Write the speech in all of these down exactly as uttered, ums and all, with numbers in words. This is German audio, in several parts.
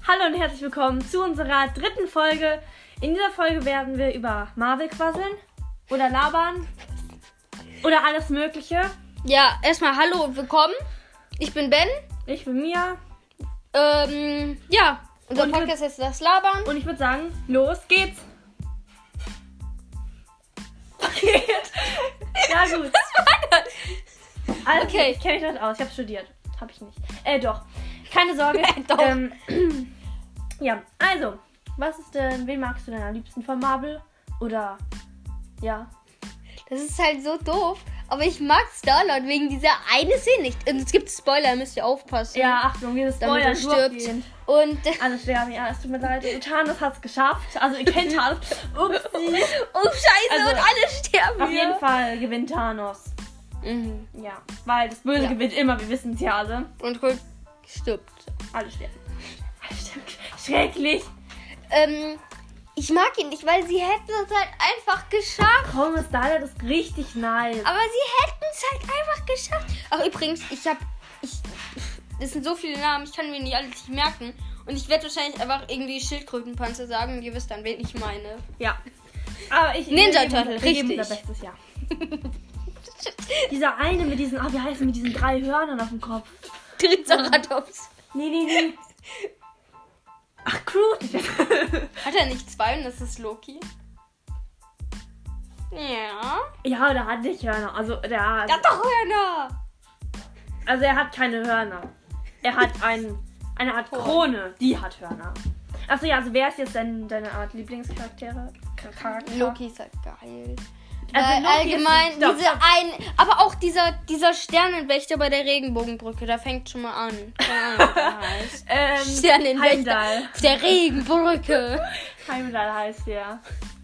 Hallo und herzlich willkommen zu unserer dritten Folge. In dieser Folge werden wir über Marvel quasseln oder labern oder alles Mögliche. Ja, erstmal hallo und willkommen. Ich bin Ben. Ich bin Mia. Ähm, ja, unser Und Podcast ist das Labern. Und ich würde sagen, los geht's. Ja gut. Also, Okay. Ich kenne mich damit aus. Ich habe studiert. Habe ich nicht. Äh, doch. Keine Sorge. Doch. Ähm, ja, also, was ist denn, wen magst du denn am liebsten von Marvel? Oder, ja. Das ist halt so doof. Aber ich mag Star-Lord wegen dieser eine Szene nicht. Und es gibt Spoiler, müsst ihr aufpassen. Ja, Achtung, dieses damit Spoiler er stirbt. durchgehen. Und Alles schwer, ja, es tut mir leid. Thanos hat's geschafft. Also, ihr kennt Thanos. Upsi. oh Scheiße, Also, und alle sterben Auf hier. jeden Fall gewinnt Thanos. Mhm. Ja, weil das Böse Ja. gewinnt immer, wir wissen es ja alle. Und Hulk stirbt. Alle sterben. Alle sterben. Schrecklich. Ähm, ich mag ihn nicht, weil sie hätten es halt einfach geschafft. Komm, Starlight ist richtig nice. Aber sie hätten es halt einfach geschafft. Ach, übrigens, ich hab. Ich, das sind so viele Namen, ich kann mir nicht alles nicht merken. Und ich werde wahrscheinlich einfach irgendwie Schildkrötenpanzer sagen und ihr wisst dann, wen ich meine. Ja. Aber ich. Ninja wir geben- Turtle, wir geben richtig. unser Bestes, ja. Dieser eine mit diesen, ah, wie heißt er, mit diesen drei Hörnern auf dem Kopf. Triceratops. Nee, nee, nee. Ach, Groot. Hat er nicht zwei und das ist Loki? Ja. Ja, der hat nicht Hörner. Also, der Der hat doch Hörner. Also, er hat keine Hörner. Er hat ein, eine Art Krone. Die hat Hörner. Achso, ja, also, wer ist jetzt denn deine Art Lieblingscharaktere? Charakter? Loki ist halt geil. Also Weil Loki ist- allgemein stopp, diese stopp. ein, aber auch dieser dieser Sternenwächter bei der Regenbogenbrücke, da fängt schon mal an. Keine Ahnung, wie der heißt. Ähm, Sternenwächter Heimdall. auf der Regenbrücke. Heimdall heißt der.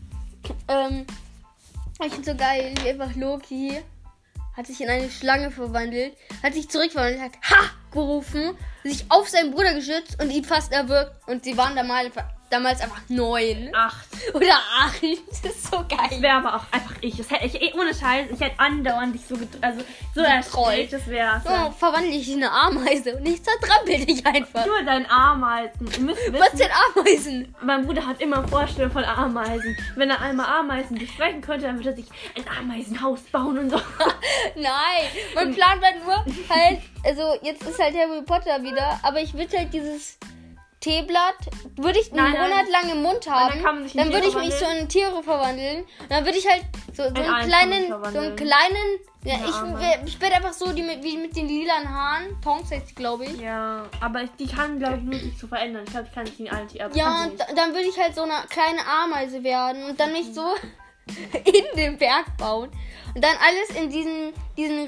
ähm, ich finde so geil, wie einfach Loki hat sich in eine Schlange verwandelt, hat sich zurückverwandelt, hat Ha! gerufen, sich auf seinen Bruder geschützt und ihn fast erwürgt. Und sie waren damals, damals einfach neun. Acht. Oder acht. Das ist so Das geil. wäre aber auch einfach ich. Das hätte ich eh ohne Scheiß. Ich hätte andauernd dich so gedrückt. Also so Getrollt. erschreckt. Das wäre. So, verwandle ich in eine Ameise und ich zertrampel dich einfach. Nur dein Ameisen. Ihr müsst Was wissen, sind Ameisen? mein Bruder hat immer Vorstellungen von Ameisen. Wenn er einmal Ameisen besprechen könnte, dann würde er sich ein Ameisenhaus bauen und so. Nein, mein Plan war nur halt, also jetzt ist halt Harry Potter wieder, aber ich würde halt dieses Teeblatt, würde ich einen Nein, nein. Monat lang im Mund haben, dann kann man sich in dann würde Tiere ich mich so in Tiere verwandeln. Und dann würde ich halt so, so In einen einen kleinen, kann man so einen verwandeln. kleinen, ja, Ja, ich, aber- wär- ich werde einfach so die mit, wie mit den lilanen Haaren, Tonks heißt glaube ich. Ja, aber ich, die kann, glaube ich, nur sich zu verändern. Ich glaube, ich kann nicht in allen Tieren. Ja, und da- dann würde ich halt so eine kleine Ameise werden und dann mich so in den Berg bauen. Und dann alles in diesen, diesen,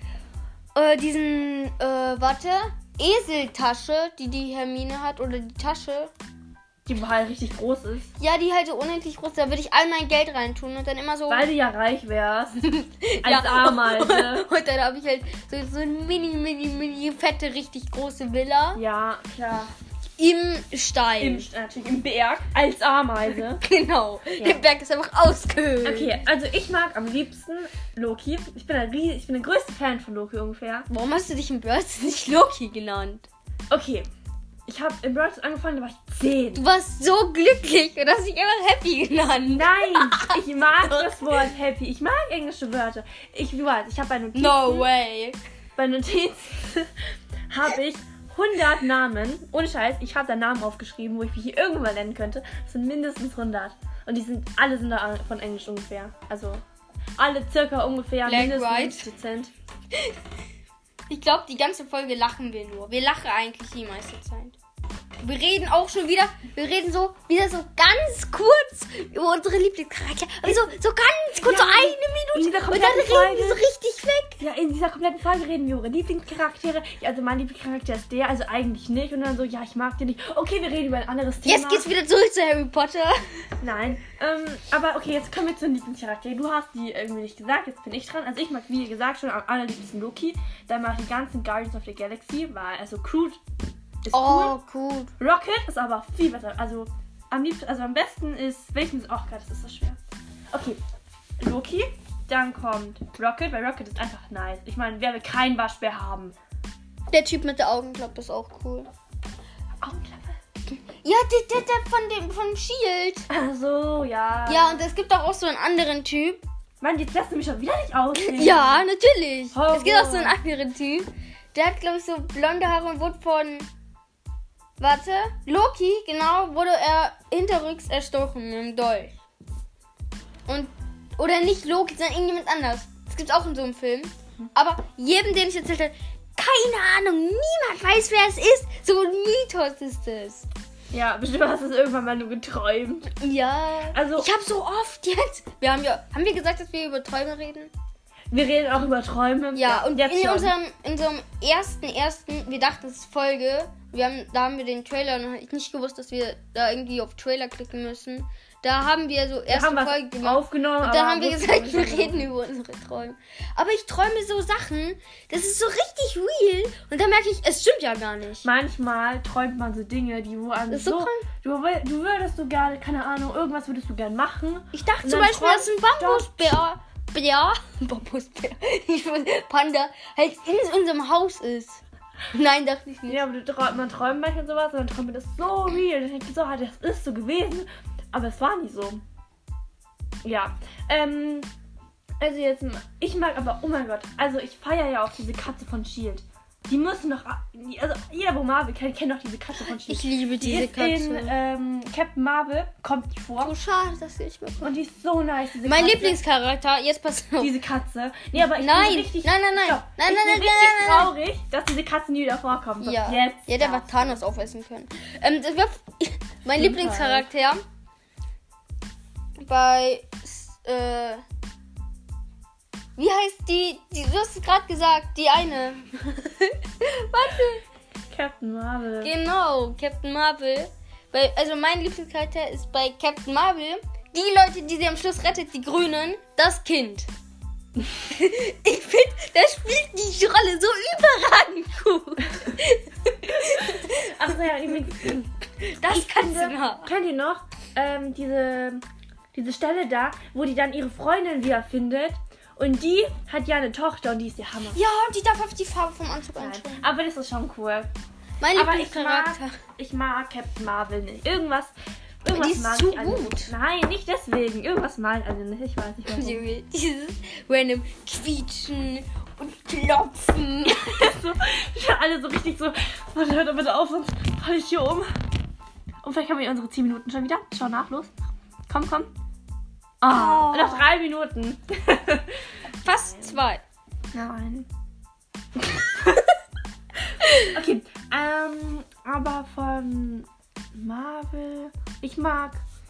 äh, diesen, äh, warte, Eseltasche, die die Hermine hat, oder die Tasche. Die halt richtig groß ist. Ja, die halt so unendlich groß, da würde ich all mein Geld reintun und dann immer so... Weil du ja reich wärst. Als Ja. Ameise. Und dann habe ich halt so, so eine mini, mini, mini fette, richtig große Villa Ja, klar. im Stein. Im, natürlich im Berg. Als Ameise. Genau. Ja. Der Berg ist einfach ausgehöhlt. Okay, also ich mag am liebsten Loki. Ich bin, ein ries- ich bin der größte Fan von Loki ungefähr. Warum hast du dich im Börse nicht Loki genannt? Okay, ich habe im Brawl Stars angefangen, da war ich zehn. Du warst so glücklich und hast dich immer Happy genannt. Nein, ich mag das Wort happy. Ich mag englische Wörter. Ich, du weißt, ich habe bei Notizen, No way. bei Notizen habe ich hundert Namen. Ohne Scheiß, ich habe da Namen aufgeschrieben, wo ich mich hier irgendwann nennen könnte. Das sind mindestens hundert. Und die sind, alle sind da von Englisch ungefähr. Also, alle circa ungefähr Black, mindestens white. Dezent. Ich glaube, die ganze Folge lachen wir nur. Wir lachen eigentlich die meiste Zeit. Wir reden auch schon wieder, wir reden so, wieder so ganz kurz über unsere Lieblingscharaktere. Aber so, so ganz kurz, Ja, so eine in Minute. dieser Und dann kompletten reden wir so Folge. richtig weg. Ja, in dieser kompletten Folge reden wir über Lieblingscharaktere. Ja, also mein Lieblingscharakter ist der, also eigentlich nicht. Und dann so, ja, ich mag den nicht. Okay, wir reden über ein anderes Thema. Jetzt geht's wieder zurück zu Harry Potter. Nein, ähm, aber okay, jetzt kommen wir zu den Lieblingscharakteren. Du hast die irgendwie nicht gesagt, jetzt bin ich dran. Also ich mag, wie gesagt, schon am allerliebsten Loki. Dann mag ich die ganzen Guardians of the Galaxy, weil, also Groot ist Oh, cool. cool. Rocket ist aber viel besser. Also am liebsten, also am besten ist, welchen, oh Gott, das ist so schwer. Okay, Loki, dann kommt Rocket, weil Rocket ist einfach nice. Ich meine, wer will keinen Waschbär haben? Der Typ mit der Augenklappe ist auch cool. Augenklappe? Ja, der, der, der von dem von Shield. Ach so, ja. Ja, und es gibt doch auch so einen anderen Typ. Mann, jetzt lässt du mich schon wieder nicht aussehen. Ja, natürlich. Horror. Es gibt auch so einen anderen Typ. Der hat, glaube ich, so blonde Haare und wurde von... Warte. Loki, genau, wurde er hinterrücks erstochen mit dem Dolch. Und... Oder nicht Loki, sondern irgendjemand anders. Das gibt's auch in so einem Film. Aber jedem, den ich erzählt habe, keine Ahnung, niemand weiß, wer es ist. So ein Mythos ist es. Ja, bestimmt hast du es irgendwann mal nur geträumt. Ja. Also- ich habe so oft jetzt... Wir haben ja... Haben wir gesagt, dass wir über Träume reden? Wir reden auch über Träume. Ja, und jetzt in schon. unserem, in unserem ersten, ersten, wir dachten, es ist Folge, wir haben, da haben wir den Trailer noch nicht gewusst, dass wir da irgendwie auf Trailer klicken müssen. Da haben wir so Wir erste haben was Folge gemacht. aufgenommen. Und da aber haben wir wussten gesagt, nicht, wir was reden über unsere Träume. Aber ich träume so Sachen, das ist so richtig real. Und da merke ich, es stimmt ja gar nicht. Manchmal träumt man so Dinge, die wo einem Das ist so... so krank. du, will- du würdest du gerne, keine Ahnung, irgendwas würdest du gerne machen. Ich dachte Und zum dann Beispiel, dass ein träumt- Bambusbär, Bär, Bambusbär, ich weiß, Panda, halt in unserem Haus ist. Nein, dachte ich nicht. Ja, aber du, träum- man träumt manchmal sowas und dann träumt man das so real. Dann denkt man so, ah, das ist so gewesen. Aber es war nicht so. Ja. Ähm, also jetzt, ich mag aber, oh mein Gott, also ich feiere ja auch diese Katze von Shield. Die müssen noch, also jeder, wo Marvel kennt, kennt doch diese Katze von Shield. Ich liebe Die diese ist Katze. in ähm, Captain Marvel, kommt die vor. So schade, dass ich mir Und die ist so nice, diese Mein Katze. Lieblingscharakter, jetzt pass auf. Diese Katze. Nee, aber ich Nein, bin richtig... nein, nein, nein. Stopp. Nein, ich nein, bin nein, richtig nein, nein, nein. traurig, dass diese Katze nie wieder vorkommt. Ja, Jetzt. ja, der war darfst Thanos aufessen können. Ähm, das war mein Stimmt Lieblingscharakter bei, äh, wie heißt die, die du hast es gerade gesagt, die eine. Warte. du. Captain Marvel. Genau, Captain Marvel. Bei, also mein Lieblingscharakter ist bei Captain Marvel die Leute, die sie am Schluss rettet, die Grünen, das Kind. Ich finde, der spielt die Rolle so überragend gut. Ach so, ja, übrigens. Das Ich kannst finde, du noch. kennt ihr noch ähm, diese, diese Stelle da, wo die dann ihre Freundin wiederfindet? Und die hat ja eine Tochter und die ist der Hammer. Ja, die darf auf die Farbe vom Anzug Nein, anschauen. aber das ist schon cool. Mein Aber ich mag, Lieblingscharakter. ich mag Captain Marvel nicht. Irgendwas, irgendwas Die ist mag zu ich an ihr gut. nicht. Nein, nicht deswegen. Irgendwas mag ich an ihr nicht. Ich weiß nicht warum. Junge, dieses random Quietschen und Klopfen. so, ja, alle so richtig so, warte, hört doch bitte auf, sonst falle ich hier um. Und vielleicht haben wir unsere zehn Minuten schon wieder. Schau nach, los. Komm, komm. Ah, Oh. noch drei Minuten. Fast zwei. Nein. Okay, ähm, aber von Marvel, ich mag,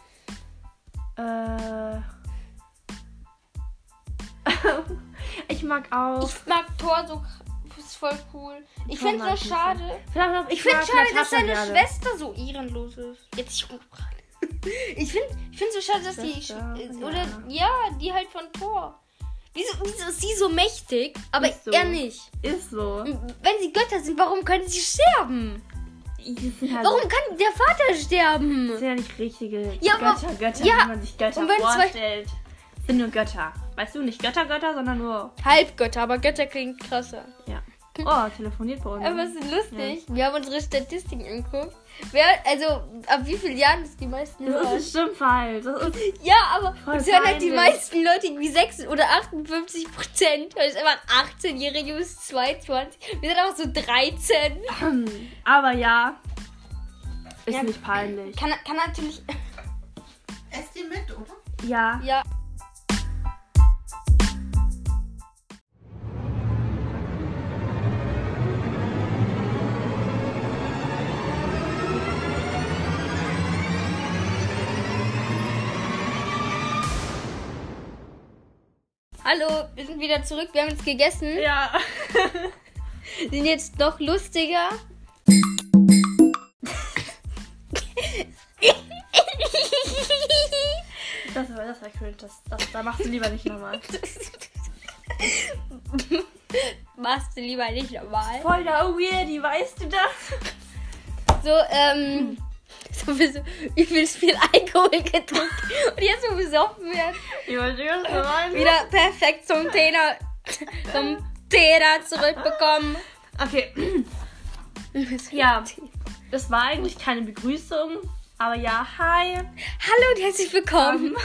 äh, ich mag auch, Ich mag Thor so. Das ist voll cool. Ich Thor finde mag es ich so schade. ich, Ich finde mag schade, dass Natascha seine gerne. Schwester so ehrenlos ist. Jetzt ich umgebracht. Ich finde ich find so schade, dass die. Schwester, Sch- ja. Oder ja, die halt von Thor. Wieso, wieso ist sie so mächtig, aber Ist so. er nicht? Ist so. Wenn sie Götter sind, warum können sie sterben? Die sind halt, Warum kann der Vater sterben? das sind ja nicht richtige Ja, aber- Götter, Götter, ja, wie man sich Götter und wenn zwei- vorstellt. Das sind nur Götter. Weißt du, nicht Götter, Götter, sondern nur, Halbgötter, aber Götter klingt krasser. ja. Oh, telefoniert bei uns. Aber es ist lustig. Wir haben unsere Statistiken angeguckt. Wer, also, ab wie vielen Jahren ist die meisten Das hören? ist bestimmt falsch. Das ist, Ja, aber Voll es hören halt die peinlich. meisten Leute irgendwie sechs oder achtundfünfzig Prozent. Das ist einfach achtzehnjährige bis zweiundzwanzig. Wir sind auch so dreizehn. aber ja, ist Ja. nicht peinlich. Kann, kann natürlich. Esst ihr mit, oder? Ja. Ja. Hallo, wir sind wieder zurück. Wir haben jetzt gegessen. Ja. Sind jetzt noch lustiger. Das war, das war cringe. Das, das, da machst du lieber nicht nochmal. Machst du lieber nicht normal. Voll der Weirdy, weißt du das? So, ähm, sowieso übelst viel Alkohol getrunken. Und jetzt, wo wir besoffen werden, Ich weiß nicht, was du meinst. wieder perfekt zum Thema, zum Thema zurückbekommen. Okay. Ja. Das war eigentlich keine Begrüßung, aber ja, hi. Hallo und herzlich willkommen.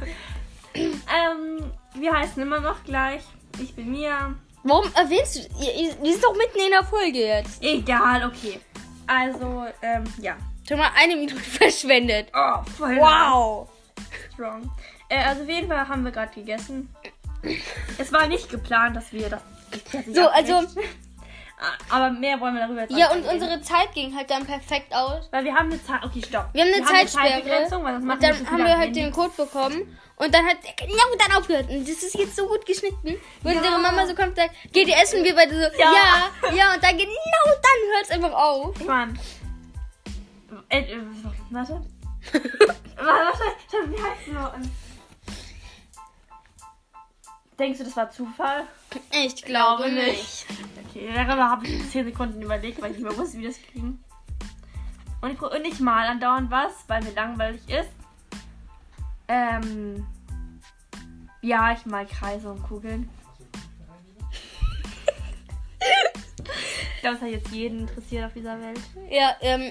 ähm, wir heißen immer noch gleich. Ich bin Mia. Warum erwähnst du? Wir sind doch mitten in der Folge jetzt. Egal, okay. Also, ähm, ja. Schon mal eine Minute verschwendet. Oh, voll Wow. strong. Äh, also auf jeden Fall haben wir gerade gegessen. Es war nicht geplant, dass wir das... So, also... Aber mehr wollen wir darüber jetzt Ja, nicht und reden. unsere Zeit ging halt dann perfekt aus. Weil wir haben eine Zeit... Okay, stopp. Wir haben eine Zeitsperre. Zeitbegrenzung, weil sonst machen Und wir dann so viel haben wir am halt Handy. den Code bekommen. Und dann hat er genau dann aufgehört. Und das ist jetzt so gut geschnitten. Wenn Ja. unsere Mama so kommt und sagt, geht ihr essen? Wir beide so, ja, Ja. ja. Und dann genau dann hört es einfach auf. Mann. Äh, äh, warte. warte, warte. Schau, wie heißt noch? Denkst du, das war Zufall? Ich glaube nicht. Okay, darüber habe ich zehn Sekunden überlegt, weil ich nicht mehr wusste, wie das ging. Und ich, und ich mal andauernd was, weil mir langweilig ist. Ähm. Ja, ich mal Kreise und Kugeln. Ich glaube, das hat jetzt jeden interessiert auf dieser Welt. Ja, ähm.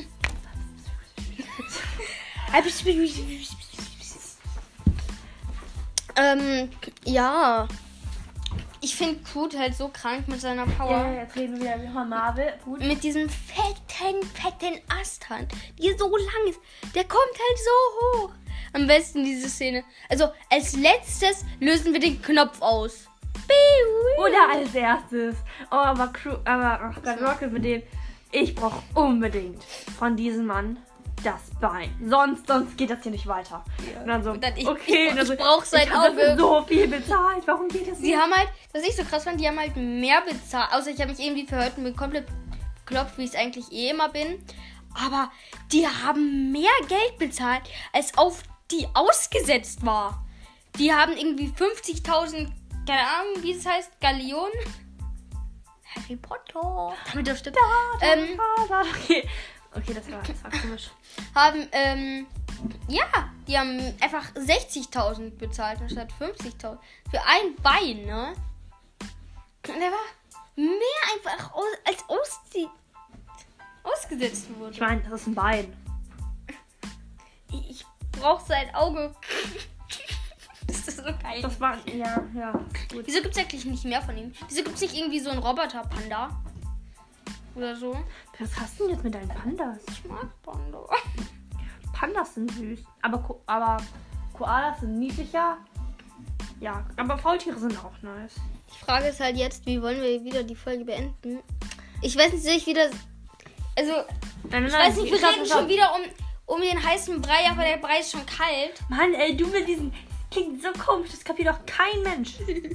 ähm, ja. Ich finde Groot halt so krank mit seiner Power. Ja, jetzt reden wir wieder von Marvel. Gut. Mit diesem fetten, fetten Asthand, die so lang ist. Der kommt halt so hoch. Am besten diese Szene. Also, als letztes lösen wir den Knopf aus. Oder als erstes. Oh, aber Crew, aber ach Gott, Rocket mit dem. Ich brauche unbedingt von diesem Mann das Bein. Sonst, sonst geht das hier nicht weiter. Ja. Und dann so, Und dann ich- okay. ich- und dann so, ich brauch sein ich hab dafür Auge. so viel bezahlt. Warum geht das Sie nicht? haben halt, was ich so krass fand, die haben halt mehr bezahlt. Außer ich habe mich irgendwie verhört und bin komplett beklopft, wie ich es eigentlich eh immer bin. Aber die haben mehr Geld bezahlt, als auf die ausgesetzt war. Die haben irgendwie fünfzigtausend, keine Ahnung, wie es heißt, Gallionen. Harry Potter. Damit das stimmt. Ähm, okay. okay, das war, das war komisch. haben, ähm, ja, die haben einfach sechzigtausend bezahlt anstatt fünfzigtausend. Für ein Bein, ne? Und der war mehr einfach aus, als aus die, ausgesetzt wurde. Ich meine, das ist ein Bein. Ich, ich brauch sein Auge. Das ist so geil. Das war, ja, ja, gut. Wieso gibt's eigentlich nicht mehr von ihm? Wieso gibt's nicht irgendwie so einen Roboter-Panda? Oder so? Was hast du denn jetzt mit deinen Pandas? Ich mag Panda. Pandas sind süß. Aber, Ko aber Koalas sind niedlicher. Ja, aber Faultiere sind auch nice. Die Frage ist halt jetzt, wie wollen wir wieder die Folge beenden? Ich weiß nicht, soll ich wieder... Also, Nein, nein, ich weiß nicht, wir stopp, reden stopp. schon wieder um, um den heißen Brei, aber der Brei ist schon kalt. Mann, ey, du mit diesen... Klingt so komisch, das kapiert doch kein Mensch.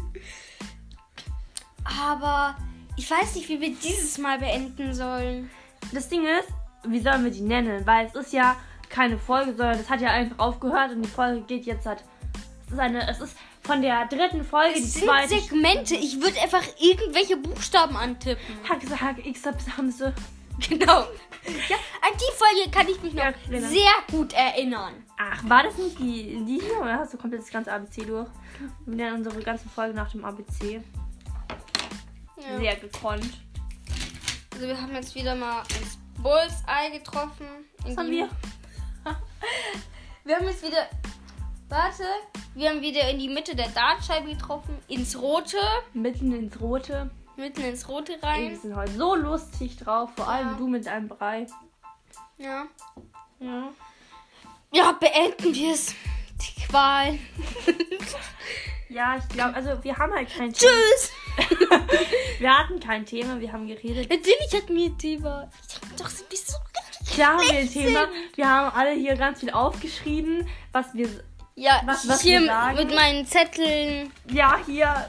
Aber ich weiß nicht, wie wir dieses Mal beenden sollen. Das Ding ist, wie sollen wir die nennen? Weil es ist ja keine Folge, sondern es hat ja einfach aufgehört und die Folge geht jetzt halt... Es ist eine... Es ist von der dritten Folge Es die sind zweite... Segmente. Ich würde einfach irgendwelche Buchstaben antippen. Hack, Hack, X, Hamse. Genau. Ja, an die Folge kann ich mich noch Ja, genau. sehr gut erinnern. Ach, war das nicht die, die hier? Oder hast du komplett das ganze A B C durch? Wir lernen unsere ganze Folge nach dem A B C. Ja. Sehr gekonnt. Also wir haben jetzt wieder mal ins Bullseye getroffen. Was haben wir? Wir haben jetzt wieder... Warte. Wir haben wieder in die Mitte der Dartscheibe getroffen. Ins Rote. Mitten ins Rote. Mitten ins Rote Ey, wir rein. sind heute so lustig drauf. Vor allem Ja. du mit deinem Brei. Ja. Ja. Ja, beenden wir es. Die Qual. Ja, ich glaube, also wir haben halt kein Thema. Tschüss. Wir hatten kein Thema, wir haben geredet. Natürlich hatten wir ein Thema. Ich hab doch so ein bisschen... Klar haben wir ein Thema. Wir haben alle hier ganz viel aufgeschrieben, was wir... Ja, Was- was hier wir sagen? mit meinen Zetteln. Ja, hier.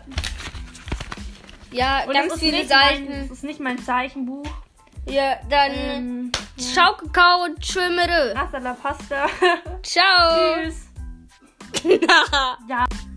Ja, Und ganz das ist viele nicht Seiten. Mein, das ist nicht mein Zeichenbuch. Ja, dann Ähm, ciao, Kakao und Tschümmere. Hasta la pasta. Ciao. Tschüss. Ja. Ja.